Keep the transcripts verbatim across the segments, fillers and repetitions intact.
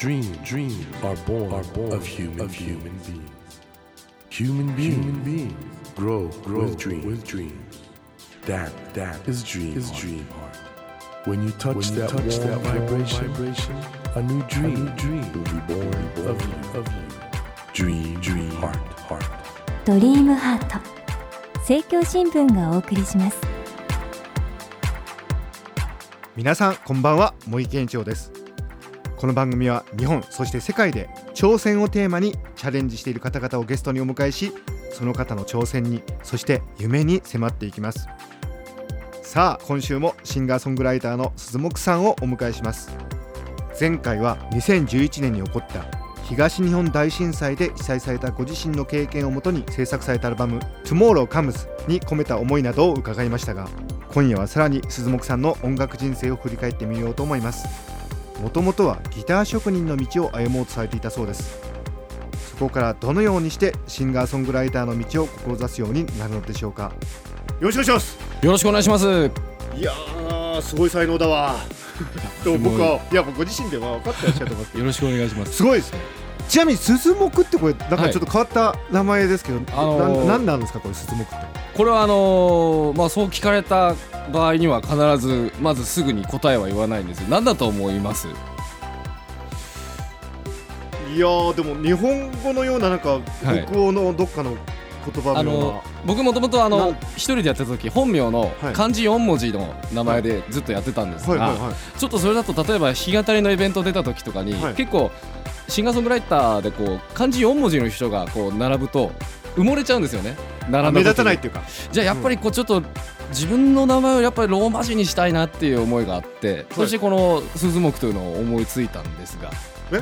Dreams, dreams are born, are born of human, of human beings. Human beings, human beings grow, grow with dreams. With dreams. That, that is dream, is dream heart. When you touch, when you that, touch warm, that vibration, vibration, a new dream, a new dream will be born, born of you, of you. Dream, dream heart, heart. ドリームハート政教新聞がお送りします。 皆さんこんばんは、茂木健一郎です。この番組は日本そして世界で挑戦をテーマにチャレンジしている方々をゲストにお迎えし、その方の挑戦にそして夢に迫っていきます。さあ今週もシンガーソングライターの鈴木さんをお迎えします。前回はにせんじゅういちねんに起こった東日本大震災で被災されたご自身の経験をもとに制作されたアルバム Tomorrow Comes に込めた思いなどを伺いましたが、今夜はさらに鈴木さんの音楽人生を振り返ってみようと思います。もともとはギター職人の道を歩もうとされていたそうです。そこからどのようにしてシンガーソングライターの道を志すようになるのでしょうか。よろしくお願いします。 よろしくお願いします。 いやーすごい才能だわでも僕はいや僕ご自身では分かってらっしゃると思います。 よろしくお願いします。 すごいですね。ちなみに鈴木ってこれなんかちょっと変わった名前ですけど、はい、あのー、ななんなんですかこれ鈴木って。 これはあのーまあ、そう聞かれた場合には必ずまずすぐに答えは言わないんですよ。何だと思います？ いやーでも日本語のようななんか北欧のどっかの言葉のような、はい、あの僕もともとあの一人でやってた時本名の漢字よんもじの名前でずっとやってたんですが、はいはいはいはい、ちょっとそれだと例えば弾き語りのイベント出た時とかに、はい、結構シンガーソングライターでこう漢字よんもじの人がこう並ぶと埋もれちゃうんですよね。並んだ目立たないっていうか、 じゃあやっぱりこうちょっと自分の名前をやっぱりローマ字にしたいなっていう思いがあって、はい、そしてこの鈴木というのを思いついたんですが、 え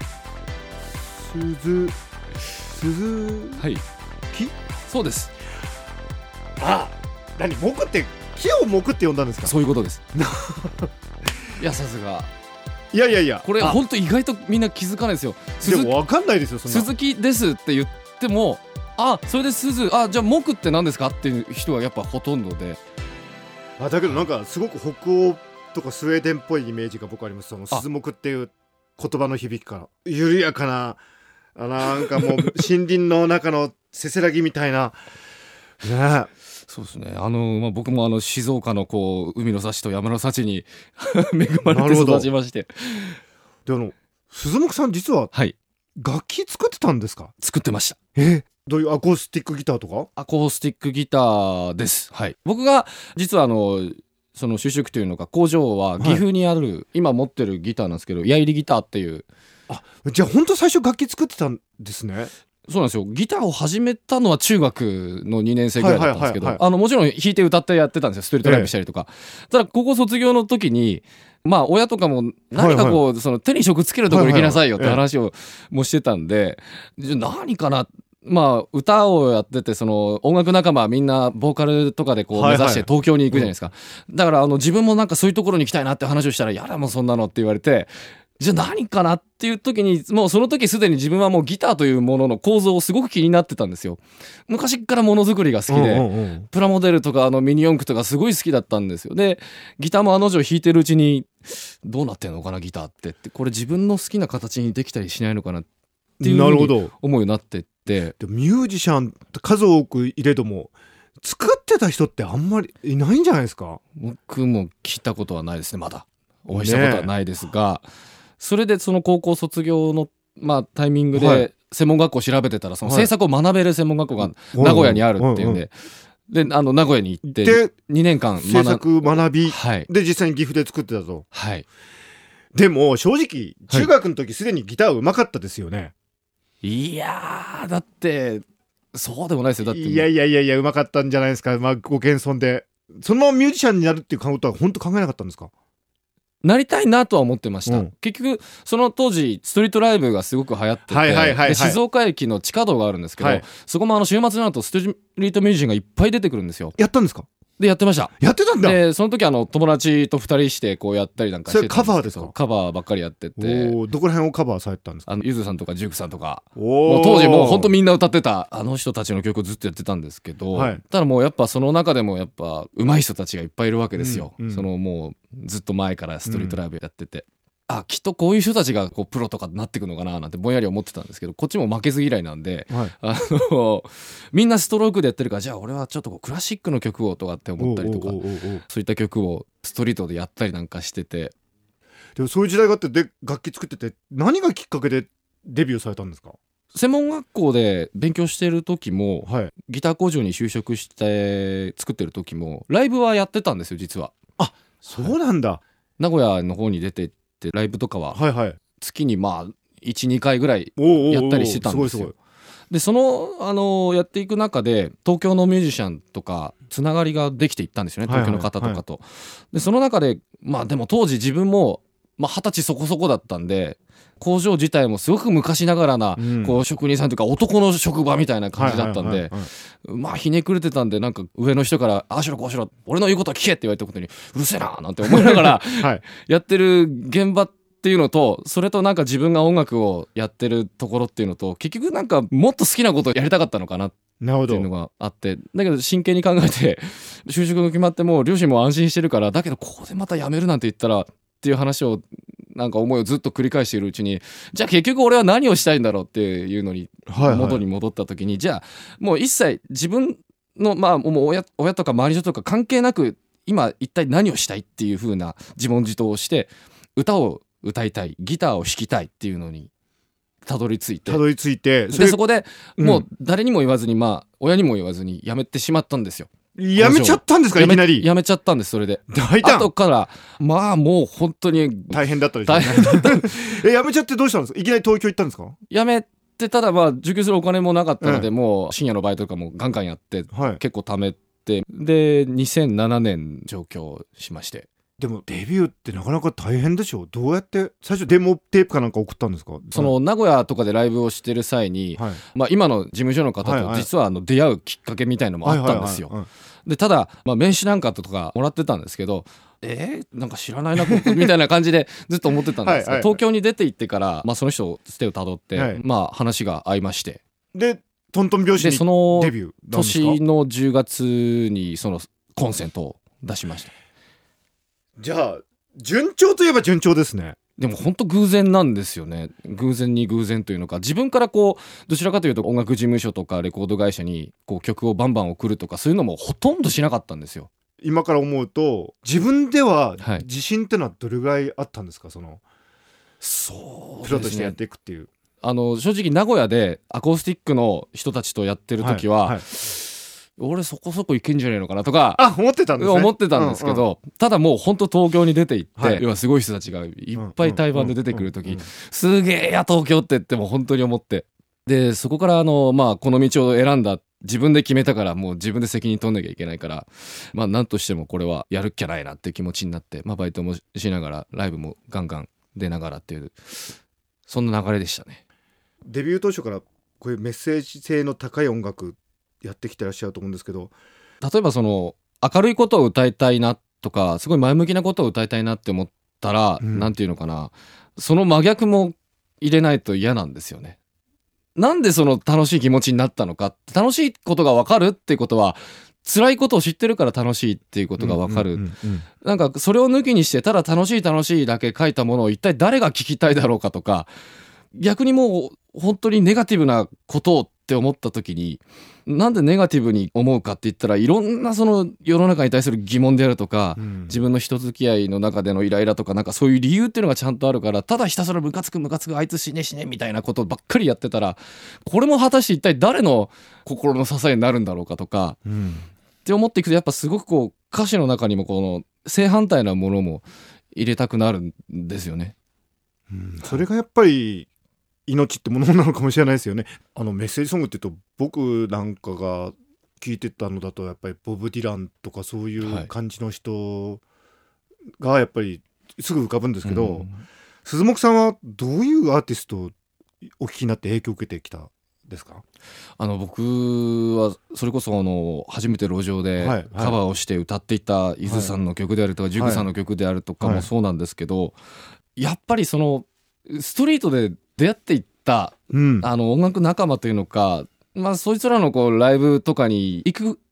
鈴鈴はい木そうです。 ああ何木って木を木って呼んだんですか。 そういうことですいやさすがいやいやいやこれ本当意外とみんな気づかないですよ。 でも分かんないですよそんな。 鈴木ですって言ってもあそれで鈴あじゃあ木って何ですかっていう人がやっぱほとんどで、 あだけどなんかすごく北欧とかスウェーデンっぽいイメージが僕あります。その鈴木っていう言葉の響きから緩やかなあなんかもう森林の中のせせらぎみたいなね。 そうですね。あの、まあ、僕もあの静岡のこう海の幸と山の幸に恵まれて育ちまして。 であの鈴木さん実は楽器作ってたんですか。はい、 作ってました。 えどういうアコースティックギターとか。 アコースティックギターです。はい。僕が実はあのその就職というのか工場は岐阜にある、はい、今持ってるギターなんですけど、矢入りギターっていう。 あじゃあ本当最初楽器作ってたんですね。 そうなんですよ。ギターを始めたのは中学のにねん生ぐらいだったんですけど、はいはいはいはい、あのもちろん弾いて歌ってやってたんですよ。ストリートライブしたりとか、ええ、ただ高校卒業の時にまあ親とかも何かこう、はいはい、その手に職つけるところ行きなさいよって話をもしてたんで、じゃ何かな、まあ歌をやっててその音楽仲間はみんなボーカルとかでこう目指して東京に行くじゃないですか、はいはい、だからあの自分もなんかそういうところに行きたいなって話をしたら、やだもうそんなのって言われて、じゃあ何かなっていう時にもうその時すでに自分はもうギターというものの構造をすごく気になってたんですよ。昔からものづくりが好きで、うんうんうん、プラモデルとかあのミニ四駆とかすごい好きだったんですよ。でギターも案の定弾いてるうちにどうなってんのかなギターってってこれ自分の好きな形にできたりしないのかなっていうふうに思うようになってって、 でミュージシャン数多くいれども作ってた人ってあんまりいないんじゃないですか。 僕も聞いたことはないですね。まだお会いしたことはないですが、ね、それでその高校卒業の、まあ、タイミングで専門学校を調べてたらその制作を学べる専門学校が名古屋にあるっていうんで、であの名古屋に行ってにねんかん制作学び、はい、で実際に岐阜で作ってたと、 はい、 でも正直中学の時すでにギターうまかったですよね、はい 、いやだってそうでもないですよ。だっていやいやいやいやうまかったんじゃないですか、まあ、ご謙遜でそのままミュージシャンになるっていうことは本当考えなかったんですか。 なりたいなとは思ってました、うん、結局その当時ストリートライブがすごく流行ってて、はいはいはいはい、で静岡駅の地下道があるんですけど、はい、そこもあの週末になるとストリートミュージシャンがいっぱい出てくるんですよ。 やったんですか。 でやってました。 やってたんだ。 でその時あの友達とふたりしてこうやったりなんかしてたんですけど。 それカバーですか。 カバーばっかりやってて。 おどこら辺をカバーされてたんですか。 あのゆずさんとかジュークさんとかもう当時もう本当みんな歌ってたあの人たちの曲をずっとやってたんですけど、はい、ただもうやっぱその中でもやっぱ上手い人たちがいっぱいいるわけですよ、うんうん、そのもうずっと前からストリートライブやってて、 あきっとこういう人たちがこうプロとかになってくのかななんてぼんやり思ってたんですけど、こっちも負けず嫌いなんで、 はい、あのみんなストロークでやってるから、じゃあ俺はちょっとこうクラシックの曲をとかって思ったりとか、 おうおうおうおう、 そういった曲をストリートでやったりなんかしてて。 でもそういう時代があって、で楽器作ってて、何がきっかけでデビューされたんですか？ 専門学校で勉強してる時も、はい、ギター工場に就職して作ってる時もライブはやってたんですよ実は。 あ、そうなんだ、はい、 名古屋の方に出てってライブとかは月にまあ いち,に 回ぐらいやったりしてたんですよ。でその、あのー、やっていく中で東京のミュージシャンとかつながりができていったんですよね、東京の方とかと、はいはいはい、でその中でまあでも当時自分もまあ、はたちそこそこだったんで、工場自体もすごく昔ながらな、うん、こう職人さんというか男の職場みたいな感じだったんで、まあひねくれてたんで、なんか上の人からああしろこうしろ俺の言うことは聞けって言われたことにうるせえななんて思いながら、はい、やってる現場っていうのと、それとなんか自分が音楽をやってるところっていうのと、結局なんかもっと好きなことをやりたかったのかなっていうのがあって、だけど真剣に考えて就職が決まっても両親も安心してるから、だけどここでまた辞めるなんて言ったらっていう話をなんか思いをずっと繰り返しているうちに、じゃあ結局俺は何をしたいんだろうっていうのに元に戻った時に、はいはい、じゃあもう一切自分のまあもう 親, 親とか周りの人とか関係なく今一体何をしたいっていう風な自問自答をして、歌を歌いたい、ギターを弾きたいっていうのにたどり着いて、 たどり着いて、 でそこでもう誰にも言わずに、まあ親にも言わずに辞めてしまったんですよ。 やめちゃったんですか？いきなりやめちゃったんです。それで大胆。 後からまあもう本当に大変だったでしょうね。大変だったえやめちゃってどうしたんですか？いきなり東京行ったんですか？ やめて、ただまあ受給するお金もなかったので、ええ、もう深夜のバイトとかもガンガンやって、はい、結構貯めて、でにせんななねん上京しまして。 でもデビューってなかなか大変でしょ。どうやって最初デモテープかなんか送ったんですか？ その名古屋とかでライブをしてる際に、はい、まあ、今の事務所の方と実はあの出会うきっかけみたいのもあったんですよ。でただ、まあ、名刺なんかとかもらってたんですけど、えー、なんか知らないなみたいな感じでずっと思ってたんですが、はいはいはい、東京に出て行ってから、まあ、その人をつてをたどって、はい、まあ、話が合いまして、 でトントン拍子にデビューなんですか？ 年のじゅうがつにそのコンセントを出しました。 じゃあ順調といえば順調ですね。 でも本当偶然なんですよね。偶然に偶然というのか、自分からこうどちらかというと音楽事務所とかレコード会社にこう曲をバンバン送るとかそういうのもほとんどしなかったんですよ。 今から思うと自分では自信ってのはどれぐらいあったんですか？そのそうですね、プロとしてやっていくっていう。 あの正直名古屋でアコースティックの人たちとやってる時は、はいはい、俺そこそこいけんじゃねえのかなとかあ思ってたんですね。 思ってたんですけど、うんうん、ただもう本当東京に出て行って、はい、要はすごい人たちがいっぱい対バンで出てくる時、すげえや東京ってっても本当に思って、でそこからあの、まあ、この道を選んだ、自分で決めたからもう自分で責任取んなきゃいけないから、まあ何としてもこれはやるっきゃないなっていう気持ちになって、まあ、バイトもしながらライブもガンガン出ながらっていう、そんな流れでしたね。 デビュー当初からこういうメッセージ性の高い音楽やってきてらっしゃると思うんですけど、 例えばその明るいことを歌いたいなとか、すごい前向きなことを歌いたいなって思ったら、うん、なんていうのかな、その真逆も入れないと嫌なんですよね。なんでその楽しい気持ちになったのか、楽しいことが分かるっていうことは辛いことを知ってるから楽しいっていうことが分かる、うんうんうんうん、なんかそれを抜きにしてただ楽しい楽しいだけ書いたものを一体誰が聞きたいだろうかとか、逆にもう本当にネガティブなことをって思った時に、なんでネガティブに思うかって言ったら、いろんなその世の中に対する疑問であるとか、うん、自分の人付き合いの中でのイライラとか、なんかそういう理由っていうのがちゃんとあるから、ただひたすらムカつくムカつくあいつ死ね死ねみたいなことばっかりやってたら、これも果たして一体誰の心の支えになるんだろうかとか、うん、って思っていくと、やっぱすごくこう歌詞の中にもこの正反対なものも入れたくなるんですよね。 うん、それがやっぱり命ってものなのかもしれないですよね。あのメッセージソングって言うと、僕なんかが聞いてたのだとやっぱりボブ・ディランとかそういう感じの人がやっぱりすぐ浮かぶんですけど、うん、鈴木さんはどういうアーティストをお聞きになって影響を受けてきたですか？ あの僕はそれこそあの初めて路上でカバーをして歌っていた伊豆さんの曲であるとか、ジュグさんの曲であるとかもそうなんですけど、やっぱりそのストリートで出会っていった、うん、あの音楽仲間というのか、まあ、そいつらのこうライブとかに行く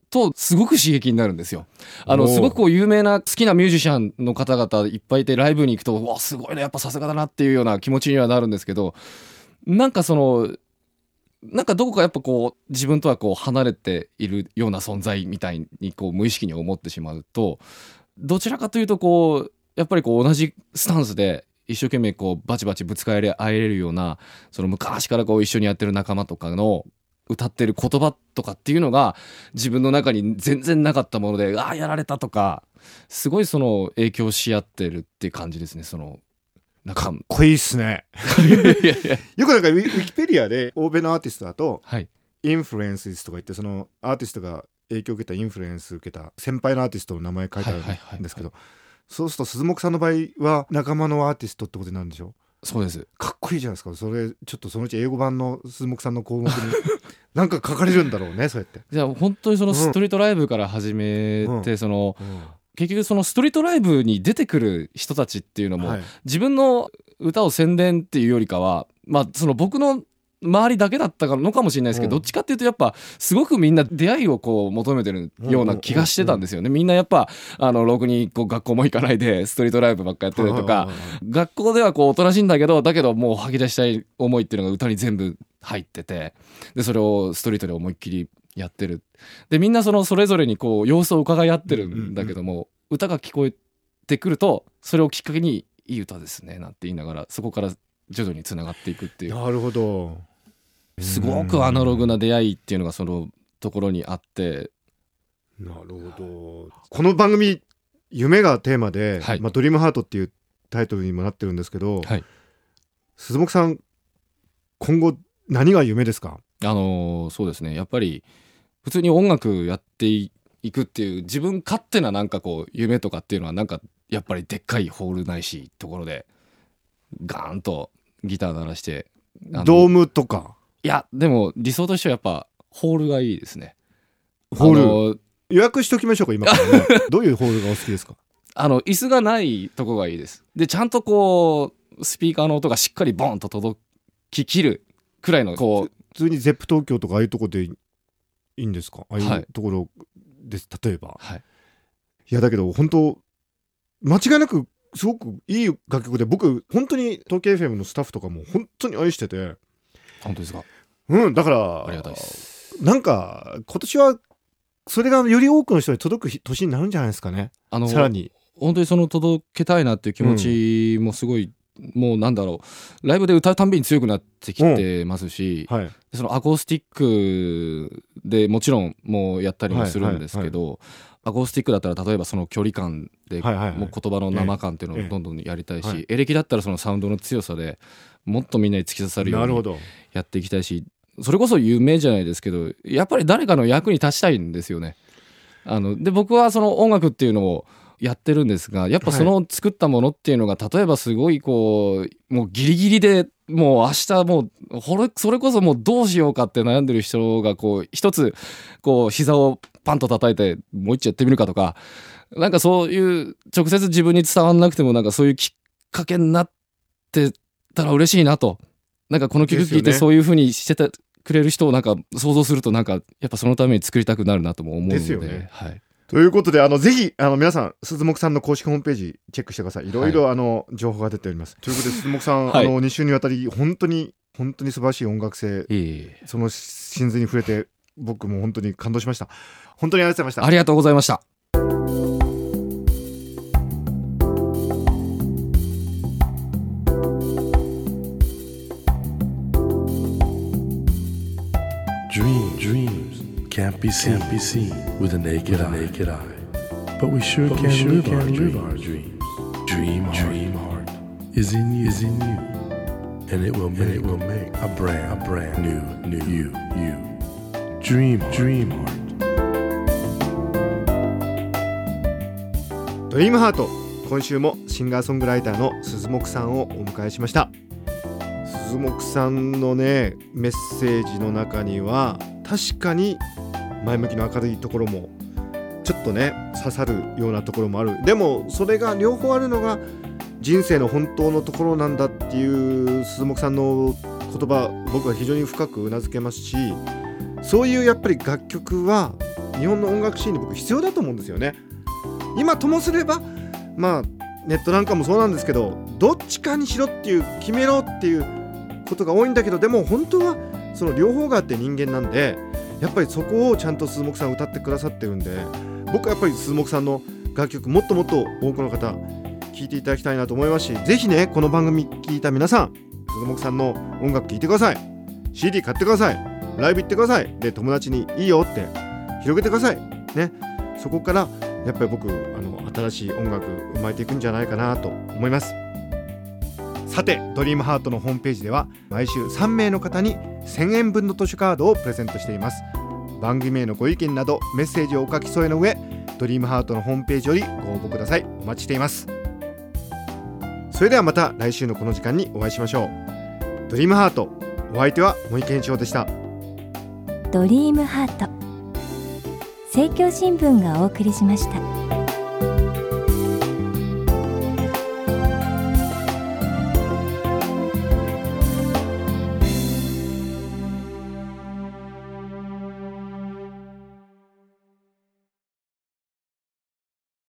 とすごく刺激になるんですよ。あのすごくこう有名な好きなミュージシャンの方々いっぱいいて、ライブに行くとうわすごいねやっぱさすがだなっていうような気持ちにはなるんですけど、なんかそのなんかどこかやっぱこう自分とはこう離れているような存在みたいにこう無意識に思ってしまうと、どちらかというとこうやっぱりこう同じスタンスで一生懸命こうバチバチぶつかり合えれるような、その昔からこう一緒にやってる仲間とかの歌ってる言葉とかっていうのが自分の中に全然なかったもので、ああやられたとか、すごいその影響し合ってるっていう感じですね。そのなんかかっこいいっすねよくなんかウィウィキペディアで欧米のアーティストだと、 はい、 インフルエンスとか言って、そのアーティストが影響を受けたインフルエンスを受けた先輩のアーティストの名前書いてあるんですけど、そうすると鈴木さんの場合は仲間のアーティストってことになるんでしょ。 そうです。 かっこいいじゃないですか。それちょっとそのうち英語版の鈴木さんの項目になんか書かれるんだろうねそうやって。 じゃあ本当にそのストリートライブから始めて、うん、その、うん、結局そのストリートライブに出てくる人たちっていうのも、はい、自分の歌を宣伝っていうよりかは、まあその僕の周りだけだったのかもしれないですけど、うん、どっちかっていうとやっぱすごくみんな出会いをこう求めてるような気がしてたんですよね。みんなやっぱあのろくにこう学校も行かないでストリートライブばっかやってたりとか、学校ではこうおとなしいんだけどだけどもう吐き出したい思いっていうのが歌に全部入ってて、でそれをストリートで思いっきりやってる。でみんなそのそれぞれにこう様子を伺い合ってるんだけども、うんうんうん、歌が聞こえてくるとそれをきっかけにいい歌ですねなんて言いながら、そこから徐々につながっていくっていう。 なるほど。 すごくアナログな出会いっていうのがそのところにあって。 なるほど。この番組夢がテーマで、はい、まあ、ドリームハートっていうタイトルにもなってるんですけど、はい、鈴木さん今後何が夢ですか？ あのー、そうですね、やっぱり普通に音楽やっていくっていう自分勝手ななんかこう夢とかっていうのはなんかやっぱりでっかいホールないしところでガーンとギター鳴らして、 ドームとか。 いやでも理想としてはやっぱホールがいいですね。 ホール予約しておきましょうか今からねどういうホールがお好きですか？ あの椅子がないとこがいいです。でちゃんとこうスピーカーの音がしっかりボンと届ききるくらいのこう、 普通にゼップ東京とかああいうとこでいいんですか？ああいうところです、はい、例えば、はい、いやだけど本当間違いなくすごくいい楽曲で、僕本当に東京 エフエム のスタッフとかも本当に愛してて。 本当ですか？ うん、だからありがたいです。 なんか今年はそれがより多くの人に届く年になるんじゃないですかね。あのさらに本当にその届けたいなっていう気持ちもすごい、うん、もうなんだろう、ライブで歌うたんびに強くなってきてますし、うんはい、そのアコースティックでもちろんもうやったりもするんですけど、はいはいはい、アコースティックだったら例えばその距離感で、はいはいはい、もう言葉の生感っていうのをどんどんやりたいし、ええええ、エレキだったらそのサウンドの強さでもっとみんなに突き刺さるようにやっていきたいし、それこそ夢じゃないですけどやっぱり誰かの役に立ちたいんですよね。あので僕はその音楽っていうのをやってるんですが、やっぱその作ったものっていうのが例えばすごいこうもうギリギリでもう明日もうそれこそもうどうしようかって悩んでる人がこう一つこう膝をパンと叩いてもう一丁やってみるかとか、なんかそういう直接自分に伝わんなくてもなんかそういうきっかけになってたら嬉しいなと。なんかこの曲聴いてそういう風にしててくれる人をなんか想像するとなんかやっぱそのために作りたくなるなとも思うので。 ですよね。 はい。 ということであのぜひあの皆さん鈴木さんの公式ホームページチェックしてください。いろいろ、はい、あの情報が出ております。ということで鈴木さん、はい、あのに週にわたり本当に本当に素晴らしい音楽性、いいその真髄に触れて僕も本当に感動しました。本当にありがとうございました。 ありがとうございました。 Dream, dreams can't be seen, can't be seen with a naked, with a naked eye. eye. But we sure but can, we sure live, can our live our dreams. Dream, dream heart is in you, is in you, and it will make, and it will make a brand, a brand new, new you, you. Dream, dream heart. ドリームハート、今週もシンガーソングライターの鈴木さんをお迎えしました。鈴木さんのねメッセージの中には確かに前向きの明るいところもちょっとね刺さるようなところもある。でもそれが両方あるのが人生の本当のところなんだっていう鈴木さんの言葉、僕は非常に深くうなずけますし、そういうやっぱり楽曲は日本の音楽シーンに僕必要だと思うんですよね。今ともすればまあネットなんかもそうなんですけど、どっちかにしろっていう決めろっていうことが多いんだけど、でも本当はその両方があって人間なんで、やっぱりそこをちゃんと鈴木さん歌ってくださってるんで、僕はやっぱり鈴木さんの楽曲もっともっと多くの方聴いていただきたいなと思いますし、ぜひねこの番組聴いた皆さん、鈴木さんの音楽聴いてください。 シーディー 買ってください。ライブ行ってください。で友達にいいよって広げてくださいね。そこからやっぱり僕あの新しい音楽生まれていくんじゃないかなと思います。さてドリームハートのホームページでは毎週さんめいの方にせんえんぶんの図書カードをプレゼントしています。番組へのご意見などメッセージをお書き添えの上、ドリームハートのホームページよりご応募ください。お待ちしています。それではまた来週のこの時間にお会いしましょう。ドリームハート、お相手は森健一郎でした。 ドリームハート、政教新聞がお送りしました。